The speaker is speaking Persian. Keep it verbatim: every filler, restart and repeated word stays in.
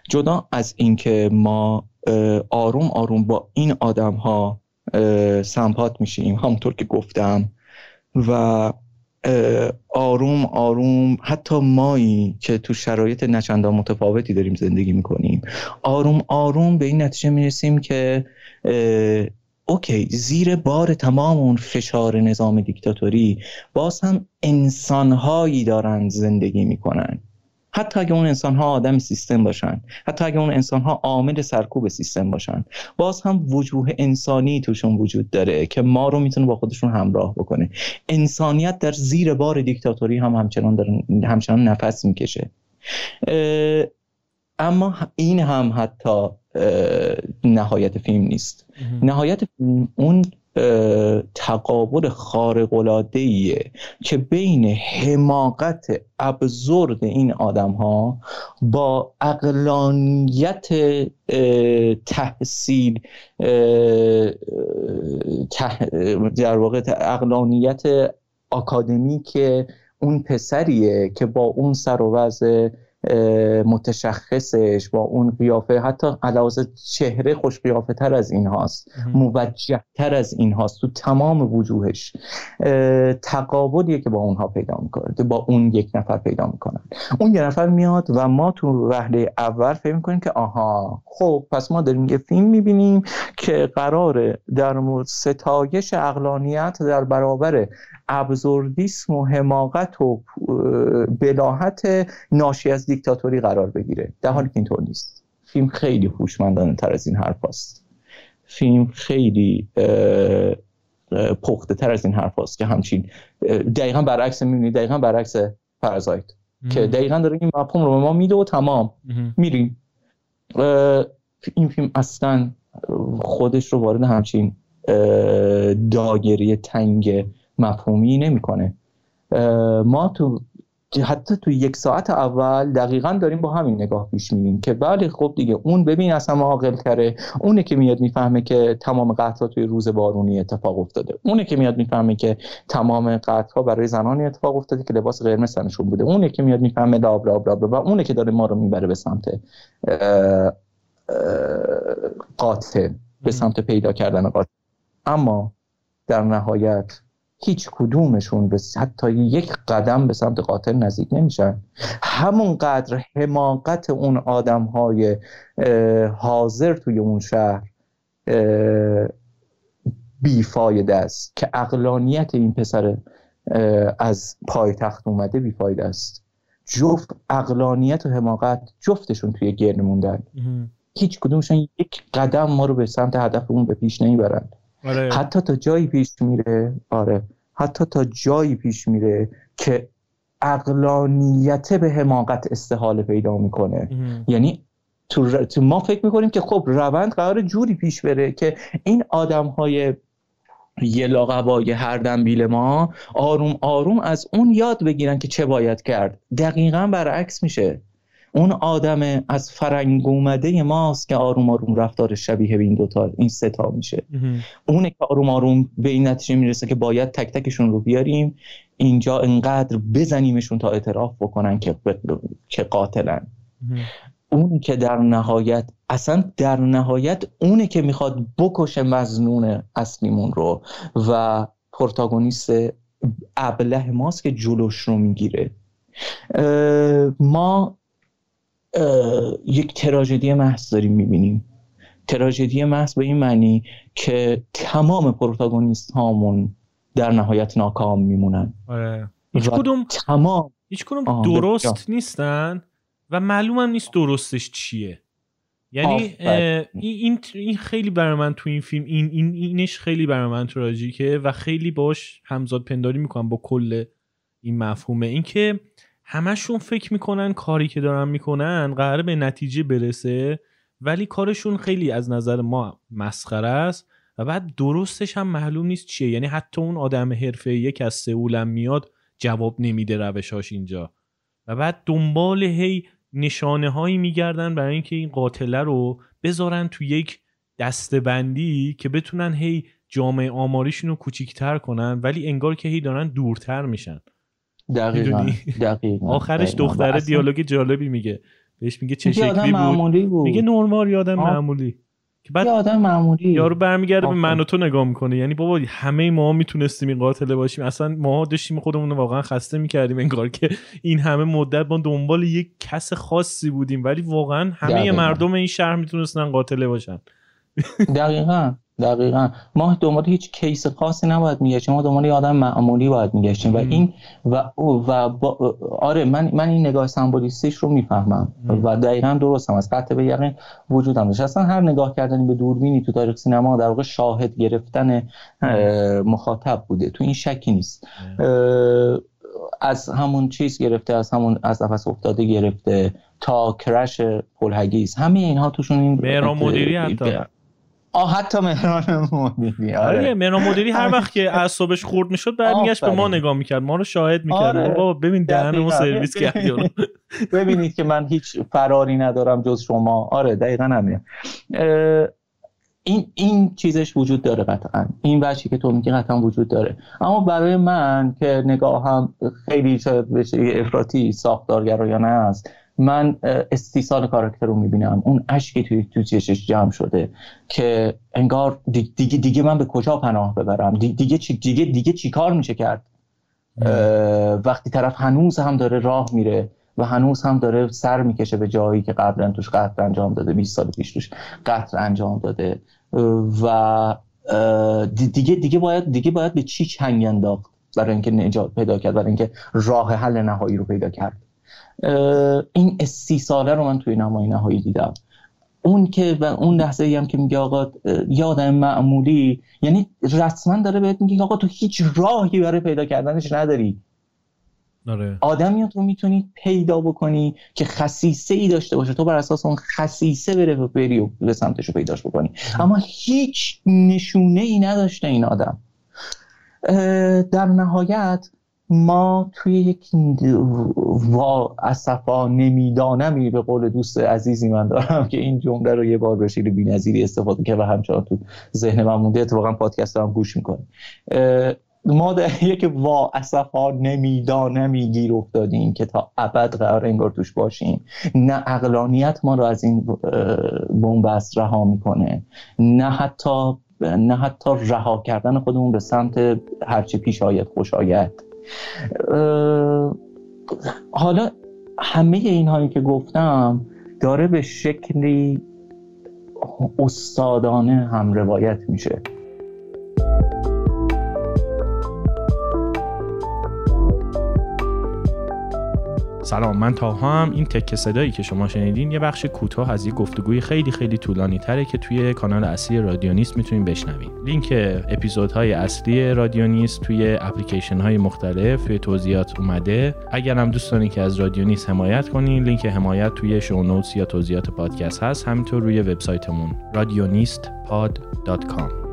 جدا از اینکه ما آروم آروم با این آدم ها سمپات میشیم همونطور که گفتم و آروم آروم حتی مایی که تو شرایط نچندان متفاوتی داریم زندگی میکنیم آروم آروم به این نتیجه میرسیم که اوکی، زیر بار تمام اون فشار نظام دیکتاتوری باز هم انسانهایی دارن زندگی میکنن، حتی اگه اون انسانها آدم سیستم باشن، حتی اگه اون انسانها عامل سرکوب سیستم باشن، باز هم وجوه انسانی توشون وجود داره که ما رو میتونه با خودشون همراه بکنه. انسانیت در زیر بار دیکتاتوری هم همچنان داره همچنان نفس میکشه. اما این هم حتی نهایت فیلم نیست. نهایت فیلم اون تقابل خارق‌العاده‌ایه که بین حماقت ابزورد این آدم ها با عقلانیت تحصیل در واقع عقلانیت آکادمیک اون پسریه که با اون سر و وضع متشخصش، با اون قیافه حتی علاوه چهره خوش قیافه تر از این هاست، موجه تر از این هاست، تو تمام وجوهش تقابلیه که با اونها پیدا میکنه، با اون یک نفر پیدا میکنن. اون یک نفر میاد و ما تو وهله اول فکر میکنیم که آها خب پس ما داریم یه فیلم میبینیم که قراره در مورد ستایش عقلانیت در برابر ابزوردیسم و حماقت و بلاهت ناشی از دیکتاتوری قرار بگیره، در حالی که اینطور نیست. فیلم خیلی هوشمندانه تر از این حرف هست. فیلم خیلی پخته تر از این حرف هست که همچین دقیقا برعکس میبینید، دقیقا برعکس پارازایت که دقیقا داره این مفهوم رو به ما میده و تمام میریم. این فیلم اصلا خودش رو وارد همچین دایره تنگ مفهومی نمیکنه. ما تو حتی تو یک ساعت اول دقیقاً داریم با همین نگاه پیش میریم که بله خب دیگه اون ببین اصلا عاقل تره، اونه که میاد میفهمه که تمام قتل‌ها توی روز بارونی اتفاق افتاده، اونه که میاد میفهمه که تمام قتل‌ها برای زنانی اتفاق افتاده که لباس قرمز تنشون بوده، اونه که میاد میفهمه بلا بلا بلا و اونه که داره ما رو میبره به سمت قاتل، به سمت پیدا کردن قاتل. اما در نهایت هیچ کدومشون به حتی یک قدم به سمت قاتل نزدیک نمیشن. همونقدر حماقت اون آدم‌های حاضر توی اون شهر بیفایده است که عقلانیت این پسر از پایتخت اومده بیفایده است. جفت عقلانیت و حماقت جفتشون توی گرد موندن. هیچ کدومشون یک قدم ما رو به سمت هدفمون به پیش نمیبرن. آره. حتی تا جایی پیش میره آره حتی تا جایی پیش میره که عقلانیت به حماقت استحاله پیدا میکنه. یعنی تو, ر... تو ما فکر میکنیم که خب روند قرار جوری پیش بره که این آدم‌های یه لاقبای هر دنبیل ما آروم آروم از اون یاد بگیرن که چه باید کرد. دقیقاً برعکس میشه. اون آدم از فرنگ اومده ماست که آروم آروم رفتار شبیه به این دوتا این سه تا میشه. اونه که آروم آروم به این نتیجه میرسه که باید تک تکشون رو بیاریم اینجا انقدر بزنیمشون تا اعتراف بکنن که که قاتلن. اونه که در نهایت اصلا در نهایت اونه که میخواد بکشه مظنون اصلیمون رو و پروتاگونیست ابله ماست که جلوش رو میگیره. ما یک تراژدی محض داریم میبینیم. تراژدی محض به این معنی که تمام پروتاگونیست هامون در نهایت ناکام میمونن. آره. هیچ کدوم تمام هیچ کدوم درست نیستن و معلوم هم نیست درستش چیه. یعنی این این خیلی برای من تو این فیلم این این اینش خیلی برای من تراژیکه و خیلی باش همزاد پنداری میکنم با کل این مفهومه. این که همشون فکر میکنن کاری که دارن میکنن قراره به نتیجه برسه ولی کارشون خیلی از نظر ما مسخره است و بعد درستش هم معلوم نیست چیه. یعنی حتی اون آدم حرفه‌ای که از سئول هم میاد جواب نمیده روشاش اینجا و بعد دنبال هی نشانه هایی میگردن برای اینکه این قاتله رو بذارن تو یک دسته‌بندی که بتونن هی جامعه آماریشون رو کوچیک‌تر کنن ولی انگار که هی دارن دورتر میشن. دقیقاً دقیقاً آخرش دختره دیالوگ جالبی میگه بهش میگه چه شکلی بود؟ بود میگه نرمال، یه آدم معمولی. که بعد یه آدم معمولی یارو برمیگرده به من و تو نگاه میکنه، یعنی بابا همه ما میتونستیم این قاتل باشیم، اصلا ما داشتیم خودمون رو واقعا خسته میکردیم انگار که این همه مدت ما دنبال یک کس خاصی بودیم، ولی واقعا همه دقیقا. مردم این شهر میتونستن قاتل باشن. دقیقاً دقیقاً ما دنبال هیچ کیس خاصی نباید میگشتیم، ما دنبال یه آدم معمولی باید میگشتیم و این و و با آره من من این نگاه سمبولیستیش رو میفهمم و دقیقاً درستم، از قطع به یقین وجودم داشت. اصلا هر نگاه کردنی به دوربینی تو تاریخ سینما در واقع شاهد گرفتن مخاطب بوده، تو این شکی نیست. از همون چیز گرفته، از همون از نفس افتاده گرفته تا کرش پل‌هگیز، همه اینها توشون این مهران مدیری حتی آه حتی مهران مدیری آره مهران مدیری هر وقت که اعصابش خورد میشد برمیگشت به ما نگاه میکرد، ما رو شاهد میکرد. آره. بابا ببین دهنمو سرویس کردی، ببینید که من هیچ فراری ندارم جز شما. آره دقیقاً همین. این این چیزش وجود داره قطعا، این بچی که تو میگی قطعا وجود داره، اما برای من که نگاهم خیلی شاید بشه افراطی ساختارگرایانه است، من استیصال کاراکتر رو میبینم، اون اشکی توی تو چشش جمع شده که انگار دیگه دیگه من به کجا پناه ببرم، دیگه چی دیگه دیگه چی کار میشه کرد وقتی طرف هنوز هم داره راه میره و هنوز هم داره سر میکشه به جایی که قبلا توش قتل انجام داده، بیست سال پیش توش قتل انجام داده و دیگه دیگه باید دیگه باید به چی چنگ انداخت برای اینکه نجات پیدا کرد، برای اینکه راه حل نهایی رو پیدا کرد. این استیصاله رو من توی نمای نهایی دیدم. اون که و اون لحظه‌ای هم که میگه آقا یه آدم معمولی، یعنی رسما داره بهت میگه آقا تو هیچ راهی برای پیدا کردنش نداری. آره. آدمی رو تو میتونی پیدا بکنی که خصیصه ای داشته باشه، تو بر اساس اون خصیصه بره و بری و به سمتش رو پیداش بکنی، اما هیچ نشونه ای نداشته این آدم. در نهایت ما توی یک وا اسفا نمیدانمی، به قول دوست عزیزی من دارم که این جمله رو یه بار به شکل بی‌نظیری استفاده کرد و همچنان تو ذهن من مونده، اتفاقا پادکست دارم گوش میکنم. ما در یک وا اسفا نمیدانمی گیر افتادیم که تا ابد قرار انگار توش باشیم. نه عقلانیت ما رو از این بن‌بست رها میکنه، نه حتی نه حتی رها کردن خودمون به سمت هرچی پیش آید خوش آید. حالا همه این هایی که گفتم داره به شکلی استادانه هم روایت میشه. سلام، من تاها هم. این تکه صدایی که شما شنیدین یه بخش کوتاه از یه گفتگوی خیلی خیلی طولانی تره که توی کانال اصلی رادیونیست میتونین بشنوین. لینک اپیزودهای اصلی رادیونیست توی اپلیکیشن های مختلف توی توضیحات اومده. اگر هم دوست دارین که از رادیونیست حمایت کنین، لینک حمایت توی شو نوتس یا توضیحات پادکست هست، همینطور روی وبسایتمون رادیونیست پاد دات کام.